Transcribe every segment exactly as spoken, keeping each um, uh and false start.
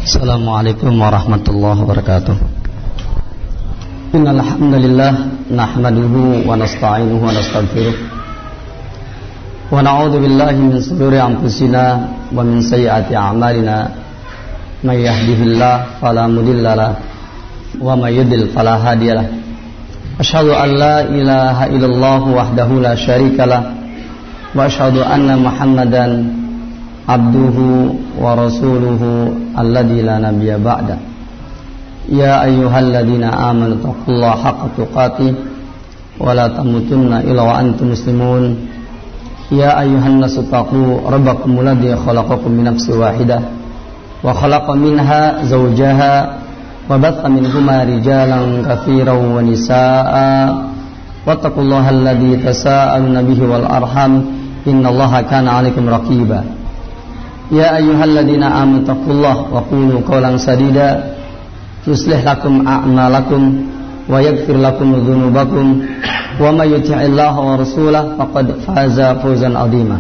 Assalamualaikum warahmatullahi wabarakatuh. Innal hamdalillah nahmaduhu wa nasta'inuhu wa nastaghfiruh wa na'udzu billahi min shururi anfusina wa min sayyiati a'malina. May yahdihillahu fala mudilla lahu wa may yudlil fala hadiya lahu. Asyhadu an la ilaha illallah wahdahu la syarika lahu wa asyhadu anna Muhammadan abduhu wa rasuluhu alladzi la nabiyya ba'da. Ya ayyuhalladzina amanu taqullaha haqqa tuqatih wa la tamutunna illa wa antum muslimun. Ya ayyuhan nasu taqu rabbakumul ladzi khalaqakum min nafsin wahidah wa khalaqa minha zawjaha wa batha minhuma rijalan katsiran wa nisaa'a wattaqullaha alladzi tasaaluna bihi wal arham innallaha kana 'alaikum raqiba. Ya ayyuhalladzina amanu taqullaha wa qulu qawlan sadida yuslih lakum a'malakum wa yaghfir lakum dzunubakum wa may yuti'illaha wa rasulahu faqad faza fawzan 'azima.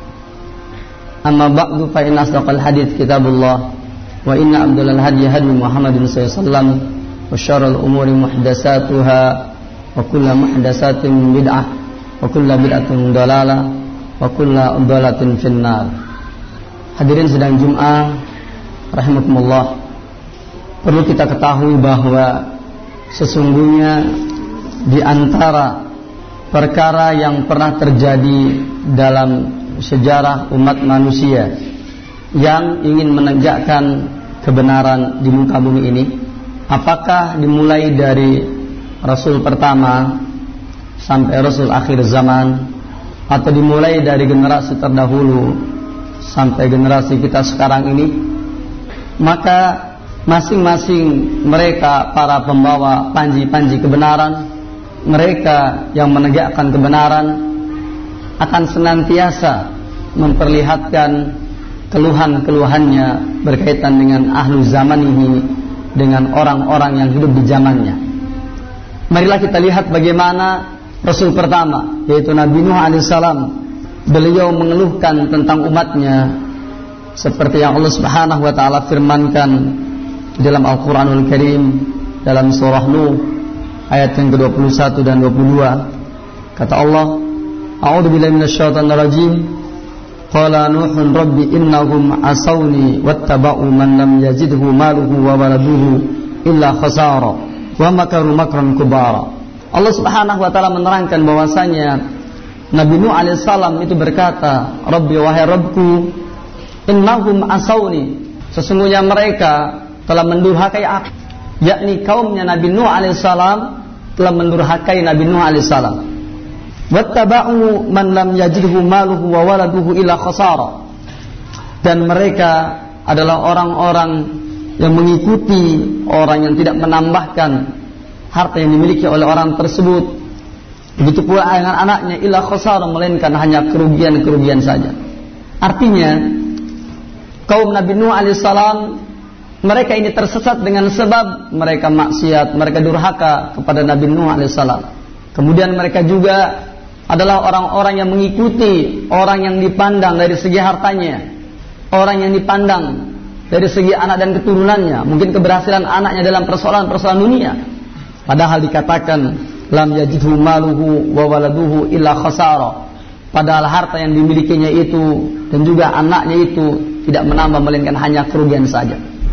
Amma ba'du fa inna asdaqal hadits kitabullah wa inna afdalal hadyi hadyu Muhammadin sallallahu alaihi wasallam wa syarrul umuri muhdatsatuha wa kullu muhdatsatin bid'ah wa kullu bid'atin dhalalah wa kullu dhalalatin finnar. Hadirin sidang Jum'ah rahimakumullah, perlu kita ketahui bahwa sesungguhnya di antara perkara yang pernah terjadi dalam sejarah umat manusia yang ingin menegakkan kebenaran di muka bumi ini, apakah dimulai dari Rasul pertama sampai Rasul akhir zaman, atau dimulai dari generasi terdahulu sampai generasi kita sekarang ini, maka masing-masing mereka para pembawa panji-panji kebenaran, mereka yang menegakkan kebenaran akan senantiasa memperlihatkan keluhan-keluhannya berkaitan dengan ahlu zaman ini, dengan orang-orang yang hidup di zamannya. Marilah kita lihat bagaimana Rasul pertama, yaitu Nabi Nuh alaihissalam, beliau mengeluhkan tentang umatnya seperti yang Allah Subhanahu wa taala firmankan dalam Al-Qur'anul Karim dalam surah Nuh ayat yang ke dua puluh satu dan dua puluh dua. Kata Allah, A'udzu billahi minasyaitonir rajim. Qala Nuhun rabbi innahum asawni wattaba'u man lam yazidhu maluhu wa waladuhu illa khasara wa makaru makran kubara. Allah Subhanahu wa taala menerangkan bahwasanya Nabi Nuh alaihissalam itu berkata, Rabbi wahai Rabbku, innahum asawni, sesungguhnya mereka telah mendurhakai aku, yakni kaumnya Nabi Nuh alaihissalam telah mendurhakai Nabi Nuh alaihissalam. Wattaba'u man lam yajidhu maluhu wa waladuhu illa khasara, dan mereka adalah orang-orang yang mengikuti orang yang tidak menambahkan harta yang dimiliki oleh orang tersebut, begitu pula dengan anaknya illa khasara, melainkan hanya kerugian-kerugian saja. Artinya kaum Nabi Nuh alaihissalam, mereka ini tersesat dengan sebab mereka maksiat, mereka durhaka kepada Nabi Nuh alaihissalam. Kemudian mereka juga adalah orang-orang yang mengikuti orang yang dipandang dari segi hartanya, orang yang dipandang dari segi anak dan keturunannya, mungkin keberhasilan anaknya dalam persoalan-persoalan dunia, padahal dikatakan lam yajidhu maluhu wa waladuhu illa khasara, padahal harta yang dimilikinya itu dan juga anaknya itu tidak menambah melainkan hanya kerugian saja.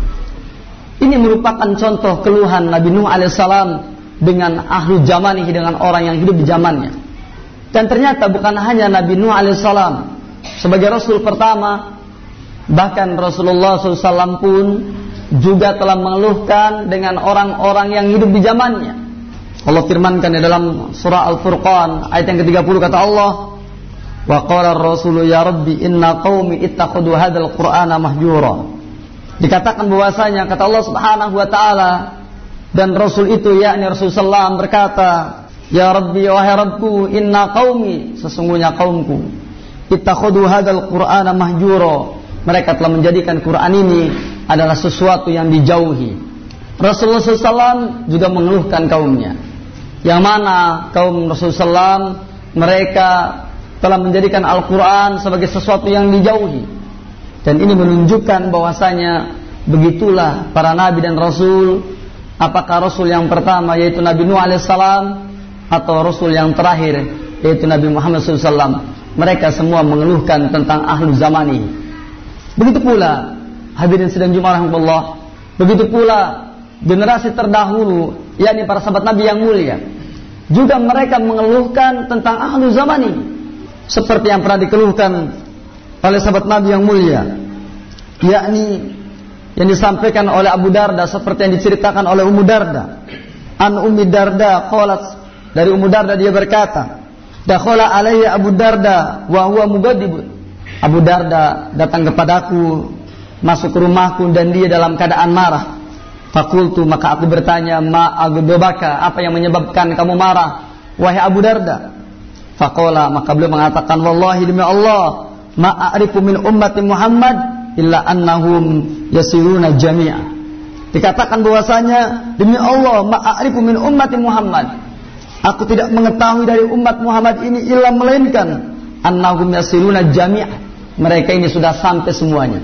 Ini merupakan contoh keluhan Nabi Nuh alaihissalam dengan ahlu zamanihi, dengan orang yang hidup di zamannya. Dan ternyata bukan hanya Nabi Nuh alaihissalam sebagai Rasul pertama, bahkan Rasulullah shallallahu alaihi wasallam pun juga telah mengeluhkan dengan orang-orang yang hidup di zamannya. Allah firmankan di dalam surah Al-Furqan ayat yang ke tiga puluh, kata Allah, wa qala ar-rasulu ya rabbi inna qaumi ittakhadhu hadzal qur'ana mahjura. Dikatakan bahwasanya, kata Allah Subhanahu wa taala, dan Rasul itu yakni Rasul sallallahu alaihi wasallam berkata, ya rabbi wahai Rabbku, inna qaumi, sesungguhnya kaumku, ittakhadhu hadzal qur'ana mahjura, mereka telah menjadikan Quran ini adalah sesuatu yang dijauhi. Rasulullah sallallahu alaihi wasallam juga mengeluhkan kaumnya, yang mana kaum Rasulullah sallallahu alaihi wasallam mereka telah menjadikan Al-Quran sebagai sesuatu yang dijauhi. Dan ini menunjukkan bahwasanya begitulah para nabi dan rasul. Apakah rasul yang pertama yaitu Nabi Nuh alaihissalam atau rasul yang terakhir yaitu Nabi Muhammad shallallahu alaihi wasallam, mereka semua mengeluhkan tentang ahlu zaman ini. Begitu pula hadirin sidang Jumat rahmatullah, begitu pula generasi terdahulu yakni para sahabat Nabi yang mulia, juga mereka mengeluhkan tentang ahlu zaman ini, seperti yang pernah dikeluhkan oleh sahabat Nabi yang mulia, yakni yang disampaikan oleh Abu Darda, seperti yang diceritakan oleh Ummu Darda. An Ummi Darda qalat, dari Ummu Darda dia berkata, dakhala alayya Abu Darda wa huwa mughadibun. Abu Darda datang kepadaku, masuk ke rumahku dan dia dalam keadaan marah. Fakultu, maka aku bertanya, ma aghdabaka, apa yang menyebabkan kamu marah wahai Abu Darda? Faqala, maka beliau mengatakan, wallahi demi Allah, ma a'rifu min ummati Muhammad illa annahum yasiruna jami'a. Dikatakan bahwasanya demi Allah, ma a'rifu min ummati Muhammad, aku tidak mengetahui dari umat Muhammad ini illa melainkan annahum yasiruna jami'a, mereka ini sudah sampai semuanya.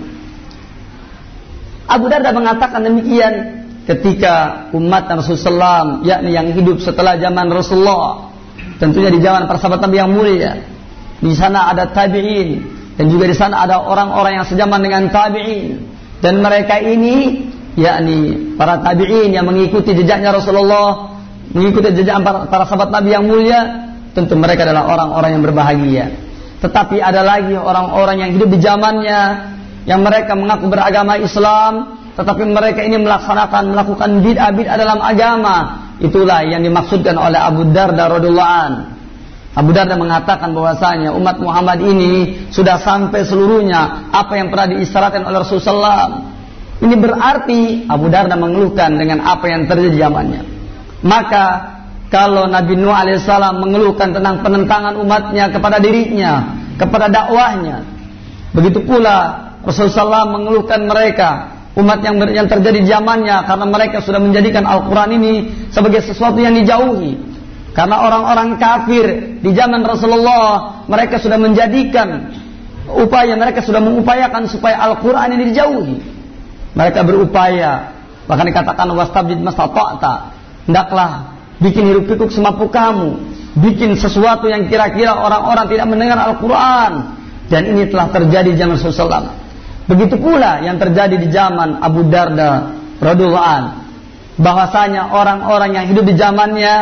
Abu Darda mengatakan demikian ketika umat Rasulullah, yakni yang hidup setelah zaman Rasulullah, tentunya di zaman para sahabat Nabi yang mulia. Di sana ada tabi'in dan juga di sana ada orang-orang yang sejaman dengan tabi'in, dan mereka ini yakni para tabi'in yang mengikuti jejaknya Rasulullah, mengikuti jejak para, para sahabat Nabi yang mulia, tentu mereka adalah orang-orang yang berbahagia. Tetapi ada lagi orang-orang yang hidup di zamannya, yang mereka mengaku beragama Islam, tetapi mereka ini melaksanakan, melakukan bid'ah-bid'ah dalam agama. Itulah yang dimaksudkan oleh Abu Darda radhiyallahu anhu. Abu Darda mengatakan bahwasanya umat Muhammad ini sudah sampai seluruhnya apa yang pernah diisyaratkan oleh Rasulullah shallallahu alaihi wasallam. Ini berarti Abu Darda mengeluhkan dengan apa yang terjadi zamannya. Maka kalau Nabi Nuh alaihissalam mengeluhkan tentang penentangan umatnya kepada dirinya, kepada dakwahnya, begitu pula Rasulullah shallallahu alaihi wasallam mengeluhkan mereka, umat yang, yang terjadi zamannya, karena mereka sudah menjadikan Al-Quran ini sebagai sesuatu yang dijauhi. Karena orang-orang kafir di zaman Rasulullah, mereka sudah menjadikan upaya, mereka sudah mengupayakan supaya Al-Quran ini dijauhi. Mereka berupaya, bahkan dikatakan wastabdid mastata'ta, hendaklah bikin hiruk pikuk semampu kamu, bikin sesuatu yang kira-kira orang-orang tidak mendengar Al-Quran. Dan ini telah terjadi di zaman Rasulullah shallallahu alaihi wasallam. Begitu pula yang terjadi di zaman Abu Darda radhiyallahu anhu, bahwasanya orang-orang yang hidup di zamannya,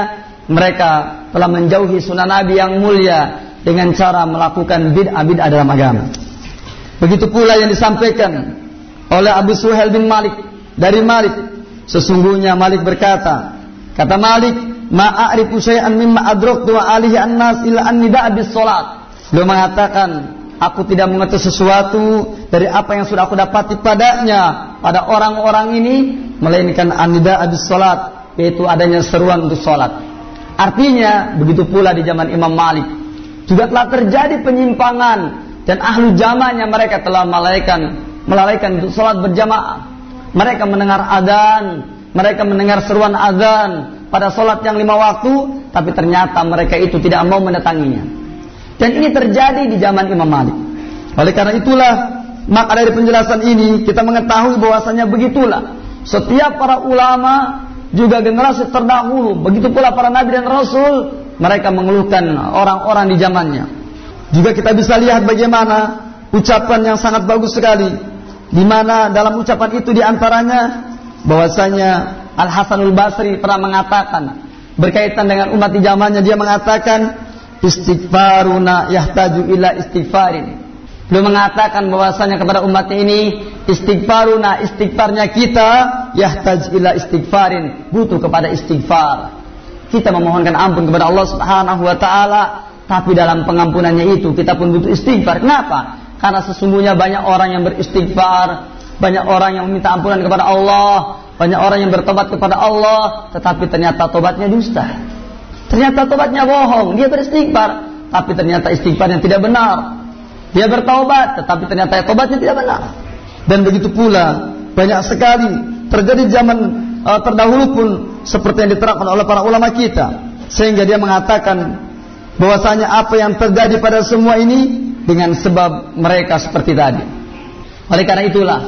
mereka telah menjauhi sunnah Nabi yang mulia dengan cara melakukan bid'ah-bid'ah dalam agama. Begitu pula yang disampaikan oleh Abu Suhail bin Malik dari Malik, sesungguhnya Malik berkata, kata Malik, ma a'rifu syai'an mimma adraktu wa alihi an-nas illa an-nida' bis salat. Beliau mengatakan, aku tidak mengerti sesuatu dari apa yang sudah aku dapati padanya, pada orang-orang ini, melainkan an-nida' bis salat, yaitu adanya seruan untuk salat. Artinya, begitu pula di zaman Imam Malik juga telah terjadi penyimpangan, dan ahlu zamannya mereka telah melalaikan melalaikan untuk salat berjamaah. Mereka mendengar adzan, mereka mendengar seruan adzan pada salat yang lima waktu, tapi ternyata mereka itu tidak mau mendatanginya. Dan ini terjadi di zaman Imam Malik. Oleh karena itulah, maka dari penjelasan ini kita mengetahui bahwasanya begitulah setiap para ulama, juga generasi terdahulu, begitu pula para nabi dan rasul, mereka mengeluhkan orang-orang di zamannya. Juga kita bisa lihat bagaimana ucapan yang sangat bagus sekali, di mana dalam ucapan itu diantaranya bahwasanya Al Hasanul Basri pernah mengatakan berkaitan dengan umat di zamannya, dia mengatakan istighfaruna yahtaju ila istighfarin. Beliau mengatakan bahwasanya kepada umat ini, istighfaruna, istighfarnya kita, yahtaj ila istighfarin, butuh kepada istighfar. Kita memohonkan ampun kepada Allah Subhanahu wa taala, tapi dalam pengampunannya itu kita pun butuh istighfar. Kenapa? Karena sesungguhnya banyak orang yang beristighfar, banyak orang yang meminta ampunan kepada Allah, banyak orang yang bertobat kepada Allah, tetapi ternyata tobatnya dusta. Ternyata tobatnya bohong. Dia beristighfar, tapi ternyata istighfarnya tidak benar. Dia bertaubat, tetapi ternyata tobatnya tidak benar. Dan begitu pula banyak sekali terjadi zaman uh, terdahulu pun seperti yang diterangkan oleh para ulama kita, sehingga dia mengatakan bahwasanya apa yang terjadi pada semua ini dengan sebab mereka seperti tadi. Oleh karena itulah,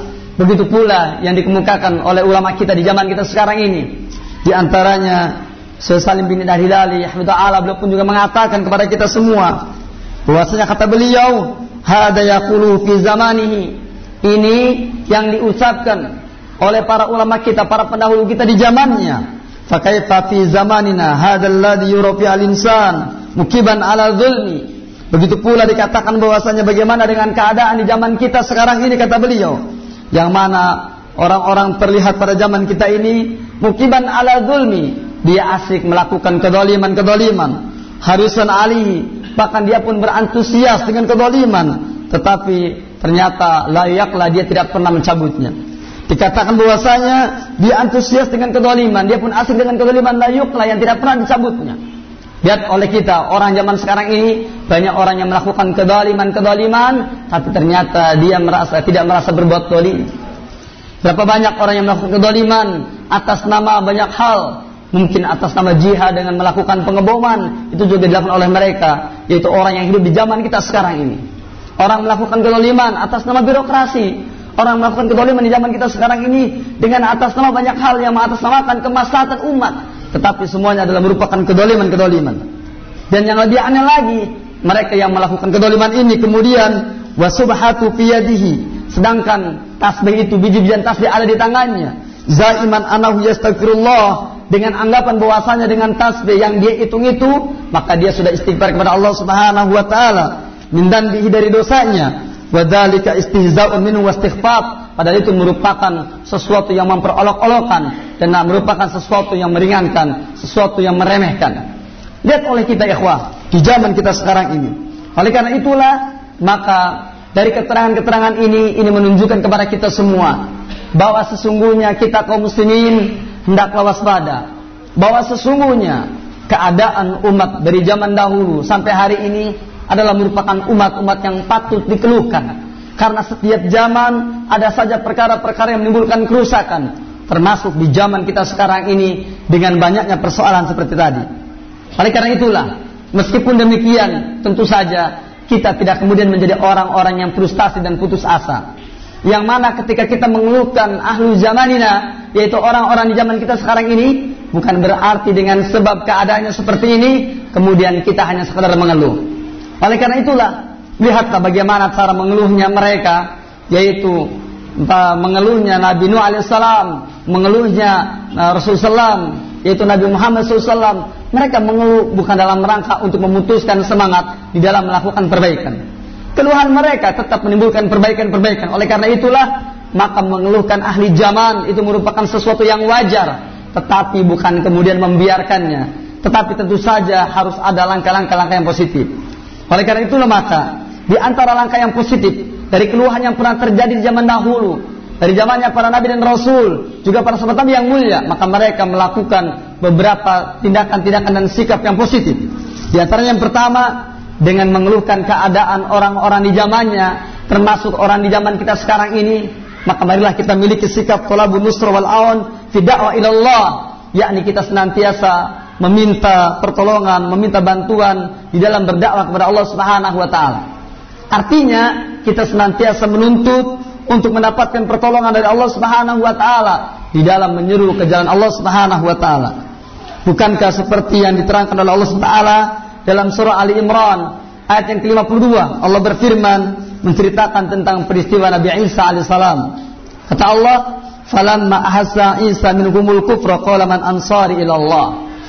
Begitu pula yang dikemukakan oleh ulama kita di zaman kita sekarang ini. Di antaranya Syekh Salim bin Al-Hilali Hafizahullah, beliau pun juga mengatakan kepada kita semua bahwasanya kata beliau, hada yaqulu fi zamanihi, ini yang diucapkan oleh para ulama kita, para pendahulu kita di zamannya. Fa kaifa fi zamanina hadzal ladzi yurafi al-insan mukiban ala zulmi. Begitu pula dikatakan bahwasanya bagaimana dengan keadaan di zaman kita sekarang ini, kata beliau, yang mana orang-orang terlihat pada zaman kita ini mukiban ala zulmi, dia asik melakukan kedoliman-kedoliman, harisan alihi, bahkan dia pun berantusias dengan kedoliman, tetapi ternyata layaklah dia tidak pernah mencabutnya. Dikatakan bahwasanya dia antusias dengan kedoliman, dia pun asik dengan kedoliman, layaklah yang tidak pernah dicabutnya. Lihat oleh kita, orang zaman sekarang ini banyak orang yang melakukan kedoliman-kedoliman, tapi ternyata dia merasa tidak merasa berbuat dolim. Berapa banyak orang yang melakukan kedoliman atas nama banyak hal, mungkin atas nama jihad dengan melakukan pengeboman, itu juga dilakukan oleh mereka, yaitu orang yang hidup di zaman kita sekarang ini. Orang melakukan kedoliman atas nama birokrasi, orang melakukan kedoliman di zaman kita sekarang ini dengan atas nama banyak hal yang mengatasnamakan kemaslahatan umat, tetapi semuanya adalah merupakan kedoliman-kedoliman. Dan yang lebih aneh lagi, mereka yang melakukan kedoliman ini kemudian wasubhatu fi yadihi, sedangkan tasbih itu, biji-bijian tasbih ada di tangannya, zaiman anahu yastaghfirullah, dengan anggapan bahwasanya dengan tasbih yang dia hitung itu, maka dia sudah istighfar kepada Allah Subhanahu wa taala min danbihi, dari dosanya, wa dzalika istihza'un minhu wastighfaf, padahal itu merupakan sesuatu yang memperolok-olokkan dan merupakan sesuatu yang meringankan, sesuatu yang meremehkan. Lihat oleh kita ikhwah di zaman kita sekarang ini. Oleh karena itulah, maka dari keterangan-keterangan ini ini menunjukkan kepada kita semua bahwa sesungguhnya kita kaum muslimin hendaklah waspada, bahwa sesungguhnya keadaan umat dari zaman dahulu sampai hari ini adalah merupakan umat-umat yang patut dikeluhkan. Karena setiap zaman ada saja perkara-perkara yang menimbulkan kerusakan, termasuk di zaman kita sekarang ini dengan banyaknya persoalan seperti tadi. Oleh karena itulah, meskipun demikian, tentu saja kita tidak kemudian menjadi orang-orang yang frustasi dan putus asa. Yang mana ketika kita mengeluhkan ahlu zamanina, yaitu orang-orang di zaman kita sekarang ini, bukan berarti dengan sebab keadaannya seperti ini kemudian kita hanya sekadar mengeluh. Oleh karena itulah, lihatlah bagaimana cara mengeluhnya mereka, yaitu mengeluhnya Nabi Nuh alaihissalam, mengeluhnya Rasulullah shallallahu alaihi wasallam, yaitu Nabi Muhammad shallallahu alaihi wasallam. Mereka mengeluh bukan dalam rangka untuk memutuskan semangat di dalam melakukan perbaikan. Keluhan mereka tetap menimbulkan perbaikan-perbaikan. Oleh karena itulah, maka mengeluhkan ahli zaman itu merupakan sesuatu yang wajar, tetapi bukan kemudian membiarkannya, tetapi tentu saja harus ada langkah-langkah yang positif. Oleh karena itulah, maka di antara langkah yang positif dari keluhan yang pernah terjadi di zaman dahulu, dari zamannya para nabi dan rasul, juga para sahabat Nabi yang mulia, maka mereka melakukan beberapa tindakan-tindakan dan sikap yang positif. Di antaranya yang pertama, dengan mengeluhkan keadaan orang-orang di zamannya, termasuk orang di zaman kita sekarang ini, maka marilah kita miliki sikap thalabun nusra wal aun fi da'wa ila Allah, yakni kita senantiasa meminta pertolongan, meminta bantuan di dalam berdakwah kepada Allah Subhanahu wa taala. Artinya, kita senantiasa menuntut untuk mendapatkan pertolongan dari Allah Subhanahu wa taala di dalam menyeru ke jalan Allah Subhanahu wa taala. Bukankah seperti yang diterangkan oleh Allah Subhanahu wa taala dalam surah Ali Imran ayat yang ke lima puluh dua, Allah berfirman menceritakan tentang peristiwa Nabi Isa alaihissalam. Kata Allah, "Falamma ahassa Isa minhumul kufra qala man ansari ila Allah."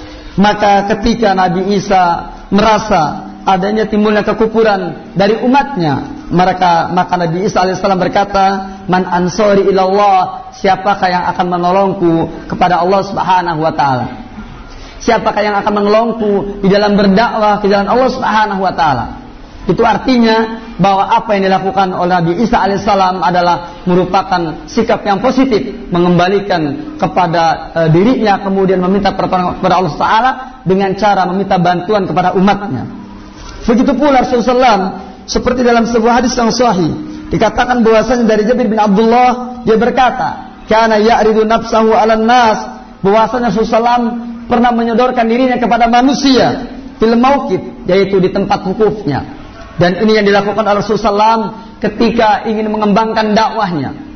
Maka ketika Nabi Isa merasa adanya timbulnya kekufuran dari umatnya, maka maka Nabi Isa alaihissalam berkata, "Man ansari ila Allah?" Siapakah yang akan menolongku kepada Allah Subhanahu wa taala? Siapakah yang akan menolongku di dalam berdakwah ke jalan Allah Subhanahu wa taala? Itu artinya bahwa apa yang dilakukan oleh Nabi Isa alaihissalam adalah merupakan sikap yang positif, mengembalikan kepada uh, dirinya, kemudian meminta pertolongan kepada Allah Taala dengan cara meminta bantuan kepada umatnya. Begitu pula Rasulullah shallallahu alaihi wasallam, seperti dalam sebuah hadis yang sahih, dikatakan bahwasanya dari Jabir bin Abdullah, dia berkata, "Kana ya'ridu nafsahu 'alan nas," bahwasanya Rasulullah shallallahu alaihi wasallam pernah menyodorkan dirinya kepada manusia fil mauqif, yaitu di tempat wukufnya. Dan ini yang dilakukan oleh Rasulullah shallallahu alaihi wasallam ketika ingin mengembangkan dakwahnya.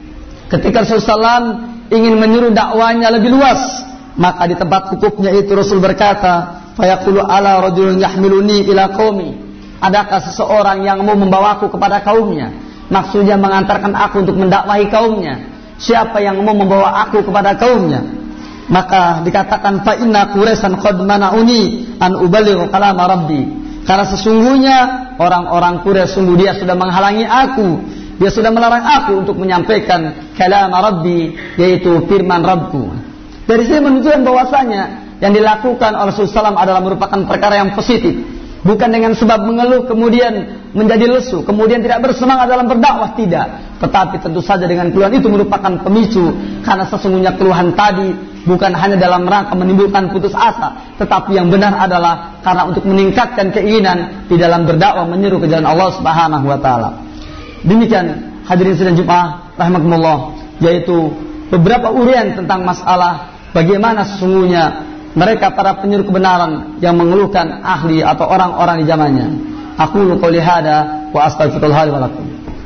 Ketika Rasulullah ingin menyuruh dakwanya lebih luas, maka di tempat wukufnya itu Rasul berkata, fayaqulu ala rajulun yahmiluni ila qaumi, adakah seseorang yang mau membawaku kepada kaumnya? Maksudnya mengantarkan aku untuk mendakwahi kaumnya. Siapa yang mau membawa aku kepada kaumnya? Maka dikatakan fa inna quraisan qad mana'uni an ubaligh kalam rabbi, karena sesungguhnya orang-orang Quraisy sungguh dia sudah menghalangi aku, dia sudah melarang aku untuk menyampaikan kalam rabbi, yaitu firman Rabbku. Dari sini menunjukkan bahwasanya yang dilakukan oleh Rasulullah shallallahu alaihi wasallam adalah merupakan perkara yang positif, bukan dengan sebab mengeluh kemudian menjadi lesu, kemudian tidak bersemangat dalam berdakwah, tidak. Tetapi tentu saja dengan keluhan itu merupakan pemicu, karena sesungguhnya keluhan tadi bukan hanya dalam rangka menimbulkan putus asa, tetapi yang benar adalah karena untuk meningkatkan keinginan di dalam berdakwah menyeru ke jalan Allah Subhanahu wa taala. Demikian hadirin sidang Jumat rahimakumullah, yaitu beberapa uraian tentang masalah bagaimana sesungguhnya mereka para penyeru kebenaran yang mengeluhkan ahli atau orang-orang di zamannya. Aku qouli hada wa astaghfirullah li wa lakum.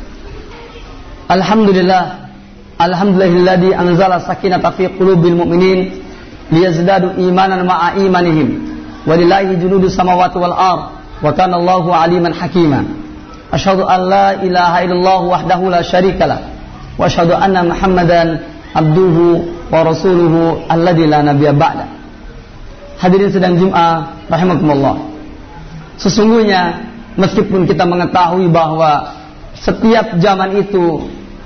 Alhamdulillah, alhamdulillahilladzi anzala sakinata fi qulubil mu'minin liyazdadu imanan ma'a imanihim. Walillahi junudus samawati wal ard wa kana Allahu aliman hakima. Asyhadu an la ilaha illallah wahdahu la syarikalah wa asyhadu anna Muhammadan abduhu wa rasuluhu alladzi la nabiyya ba'da. Hadirin sedang Jumat rahimakumullah. Sesungguhnya meskipun kita mengetahui bahwa setiap zaman itu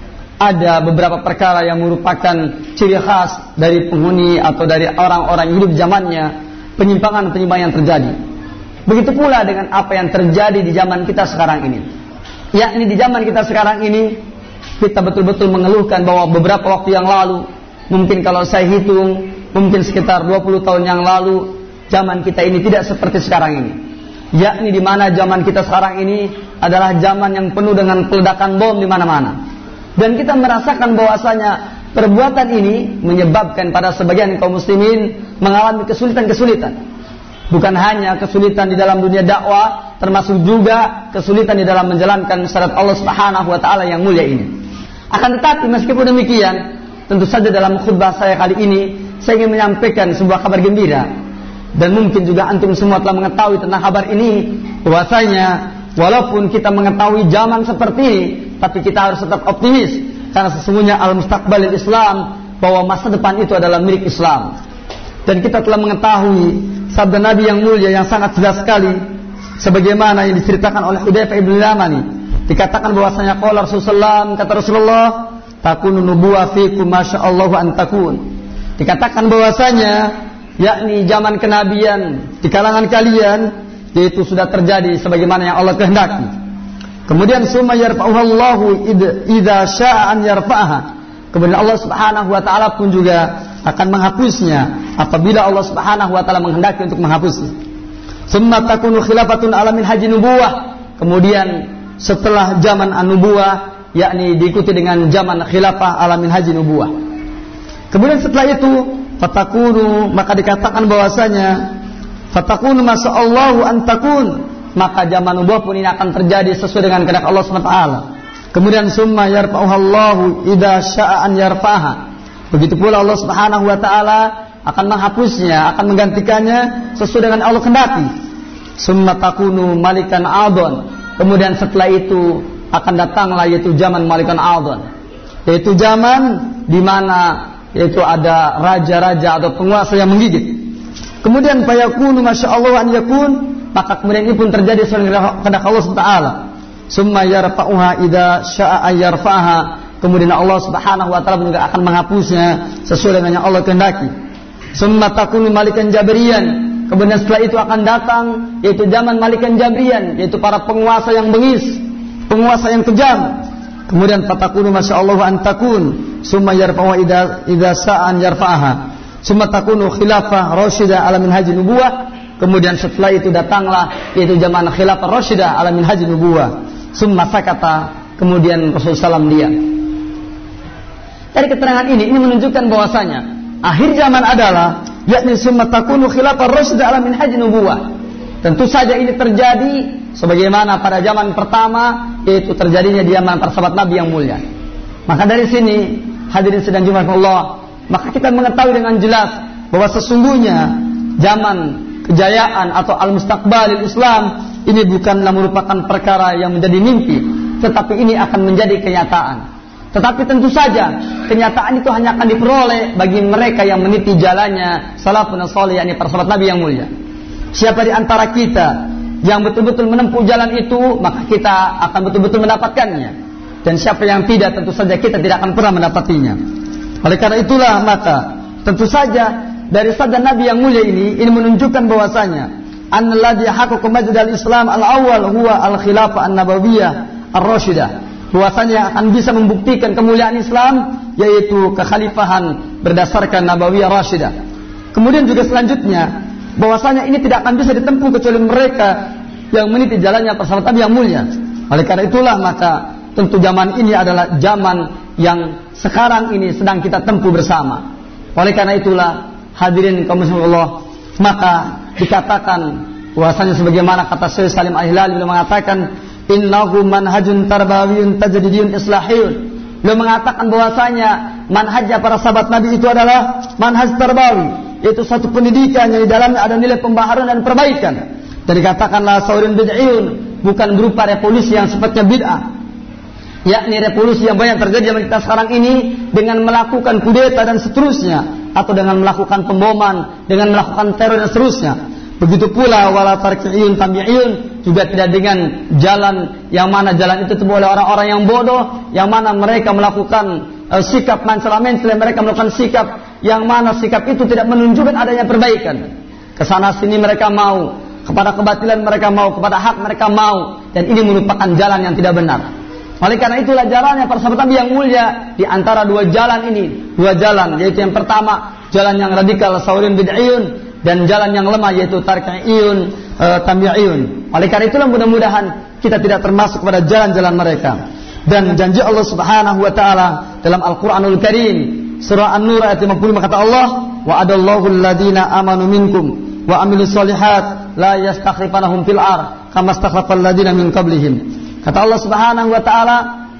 ada beberapa perkara yang merupakan ciri khas dari penghuni atau dari orang-orang hidup zamannya, penyimpangan-penyimpangan yang terjadi. Begitu pula dengan apa yang terjadi di zaman kita sekarang ini. Yakni di zaman kita sekarang ini, kita betul-betul mengeluhkan bahwa beberapa waktu yang lalu, mungkin kalau saya hitung, mungkin sekitar dua puluh tahun yang lalu, zaman kita ini tidak seperti sekarang ini. Yakni di mana zaman kita sekarang ini adalah zaman yang penuh dengan peledakan bom di mana-mana. Dan kita merasakan bahwasanya perbuatan ini menyebabkan pada sebagian kaum muslimin mengalami kesulitan-kesulitan. Bukan hanya kesulitan di dalam dunia dakwah, termasuk juga kesulitan di dalam menjalankan syariat Allah Subhanahu wa taala yang mulia ini. Akan tetapi meskipun demikian, tentu saja dalam khutbah saya kali ini saya ingin menyampaikan sebuah kabar gembira. Dan mungkin juga antum semua telah mengetahui tentang kabar ini, bahwasanya walaupun kita mengetahui zaman seperti ini, tapi kita harus tetap optimis, karena sesungguhnya al-mustaqbalil Islam, bahwa masa depan itu adalah milik Islam. Dan kita telah mengetahui sabda Nabi yang mulia yang sangat jelas sekali, sebagaimana yang diceritakan oleh Hudzaifah ibn Yamani. Dikatakan bahwasanya qala Rasulullah, kata Rasulullah, takunu nubuwah fikum masyaallah an takun. Dikatakan bahwasanya yakni zaman kenabian di kalangan kalian yaitu sudah terjadi sebagaimana yang Allah kehendaki. Kemudian summa yarfa'uha Allahu idza syaa'a an yarfa'aha. Kemudian Allah Subhanahu wa taala pun juga akan menghapusnya apabila Allah Subhanahu wa taala menghendaki untuk menghapusnya. Summa takunu khilafatun ala minhaji nubuwah. Kemudian setelah zaman an-nubuwah yakni diikuti dengan zaman khilafah ala minhaji nubuwah. Kemudian setelah itu fatakunu, maka dikatakan bahwasanya fatakunu masyaallahu an takun, maka zaman nubuwah pun ini akan terjadi sesuai dengan kehendak Allah Subhanahu wa taala. Kemudian summa yarfa'uhallahu idza syaa'a an yarfa'ha. Begitu pula Allah Subhanahu wa taala akan menghapusnya, akan menggantikannya sesuai dengan Allah kehendaki. Summa takunu malikan adon. Kemudian setelah itu akan datanglah yaitu zaman malikan adon, yaitu zaman di mana yaitu ada raja-raja atau penguasa yang menggigit. Kemudian fayakunu masyaallah an yakun, maka kemudian ini pun terjadi sesuai dengan kehendak Allah Subhanahu wa taala. Summa yarfa'uha idza syaa'a yarfa'ha. Kemudian Allah Subhanahu wa taala juga akan menghapusnya sesuai dengan yang Allah kehendaki. Summa takunu malikan jabriyan. Kemudian setelah itu akan datang yaitu zaman malikan jabriyan, yaitu para penguasa yang bengis, penguasa yang kejam. Kemudian fatakunu masyaallah an takun, summa yarfa'uha idza idza sa'an yarfa'aha. Summa takunu khilafah rasyidah ala minhaji nubuwah. Kemudian setelah itu datanglah yaitu zaman khilafah rasyidah ala minhaji nubuwah. Summa sakata, kemudian Rasulullah sallallahu alaihi wasallam diam. Dari keterangan ini ini menunjukkan bahwasanya akhir zaman adalah yakni summa takunu khilafah rasyidah ala minhaji nubuwah. Tentu saja ini terjadi sebagaimana pada zaman pertama, yaitu terjadinya di zaman para sahabat Nabi yang mulia. Maka dari sini hadirin sedang jemaah Allah, maka kita mengetahui dengan jelas bahwa sesungguhnya zaman kejayaan atau al-mustaqbalil Islam ini bukanlah merupakan perkara yang menjadi mimpi, tetapi ini akan menjadi kenyataan. Tetapi tentu saja kenyataan itu hanya akan diperoleh bagi mereka yang meniti jalannya salafun salih, yakni para sahabat Nabi yang mulia. Siapa di antara kita yang betul-betul menempuh jalan itu, maka kita akan betul-betul mendapatkannya. Dan siapa yang tidak, tentu saja kita tidak akan pernah mendapatinya. Oleh karena itulah, maka tentu saja dari sabda Nabi yang mulia ini ini menunjukkan bahwasanya annalladzi haqqaqa majdal Islam al-awwal huwa al-khilafah an-nabawiyah ar-rasyidah. Bahwasanya akan bisa membuktikan kemuliaan Islam yaitu kekhalifahan berdasarkan nabawiyah rasyidah. Kemudian juga selanjutnya bahwasanya ini tidak akan bisa ditempuh kecuali mereka yang meniti jalannya para sahabat Nabi yang mulia. Oleh karena itulah maka tentu zaman ini adalah zaman yang sekarang ini sedang kita tempuh bersama. Oleh karena itulah hadirin kaum muslimin Allah, maka dikatakan bahwasanya sebagaimana kata Syekh Salim Al-Hilali, beliau mengatakan innahu manhajun tarbawiyun tajdidiyun islahiyun. Beliau mengatakan bahwasanya manhajnya para sahabat Nabi itu adalah manhaj tarbawi, yaitu satu pendidikan yang di dalamnya ada nilai pembaharuan dan perbaikan. Dan dikatakanlah saurun bid'iyun, bukan berupa revolusi yang sifatnya bid'ah, yakni revolusi yang banyak terjadi zaman kita sekarang ini dengan melakukan kudeta dan seterusnya, atau dengan melakukan pemboman, dengan melakukan teror dan seterusnya. Begitu pula wala tarki'iyun tabi'iyun, juga tidak dengan jalan yang mana jalan itu ditempuh oleh orang-orang yang bodoh, yang mana mereka melakukan uh, sikap mencela-mencela, mereka melakukan sikap yang mana sikap itu tidak menunjukkan adanya perbaikan. Kesana sini mereka mau, kepada kebatilan mereka mau, kepada hak mereka mau, dan ini merupakan jalan yang tidak benar. Oleh karena itulah jalannya para sahabat Nabi yang mulia di antara dua jalan ini, dua jalan, yaitu yang pertama jalan yang radikal saurin bid'iyun, dan jalan yang lemah yaitu tarki'iyun e, tabi'iyun. Oleh karena itulah mudah-mudahan kita tidak termasuk pada jalan-jalan mereka. Dan janji Allah Subhanahu wa taala dalam Al-Qur'anul Karim surah An-Nur ayat lima puluh, kata Allah, wa adallahu alladziina amanu minkum wa amilus solihat la yastakhlifanahum fil ar kama istakhlafal ladziina min qablihim. Kata Allah Subhanahu wa taala,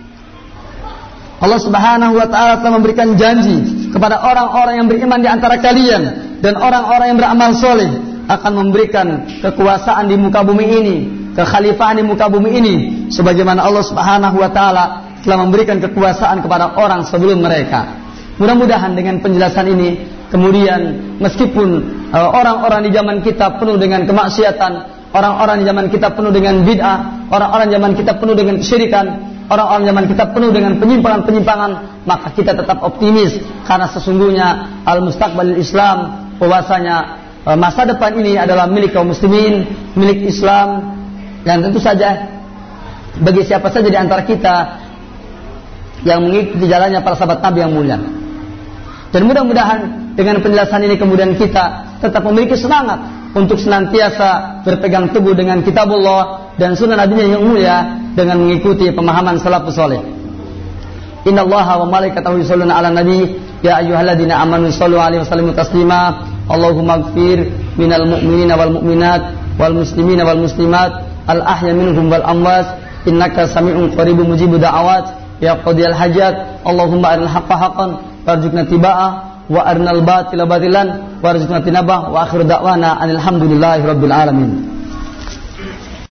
Allah Subhanahu wa taala telah memberikan janji kepada orang-orang yang beriman di antara kalian dan orang-orang yang beramal soleh akan memberikan kekuasaan di muka bumi ini, kekhalifahan di muka bumi ini, sebagaimana Allah Subhanahu wa taala telah memberikan kekuasaan kepada orang sebelum mereka. Mudah-mudahan dengan penjelasan ini kemudian meskipun uh, orang-orang di zaman kita penuh dengan kemaksiatan, orang-orang di zaman kita penuh dengan bid'ah, orang-orang zaman kita penuh dengan kesyirikan, orang-orang zaman kita penuh dengan penyimpangan-penyimpangan, maka kita tetap optimis karena sesungguhnya al-mustaqbalil Islam, bahwasanya e, masa depan ini adalah milik kaum muslimin, milik Islam, dan tentu saja bagi siapa saja di antara kita yang mengikuti jalannya para sahabat Nabi yang mulia. Dan mudah-mudahan dengan penjelasan ini kemudian kita tetap memiliki semangat untuk senantiasa berpegang teguh dengan kitabullah dan sunnah Nabi yang mulia dengan mengikuti pemahaman salafus saleh. Innallaha wa malaikatahu yusholluna 'alan nabi ya ayyuhalladzina amanu shallu 'alaihi wa sallimu taslima. Allahumma ighfir minal mu'minina wal mu'minat wal muslimina wal muslimat al ahya minhum wal amwat innaka sami'un qaribun mujibud da'awat ya qadiyal hajat. Allahumma arinal haqqa haqqan warzuqna tiba'ah wa arinal batila batilan warzuqna tinabah wa akhiru da'wana alhamdulillahi rabbil alamin.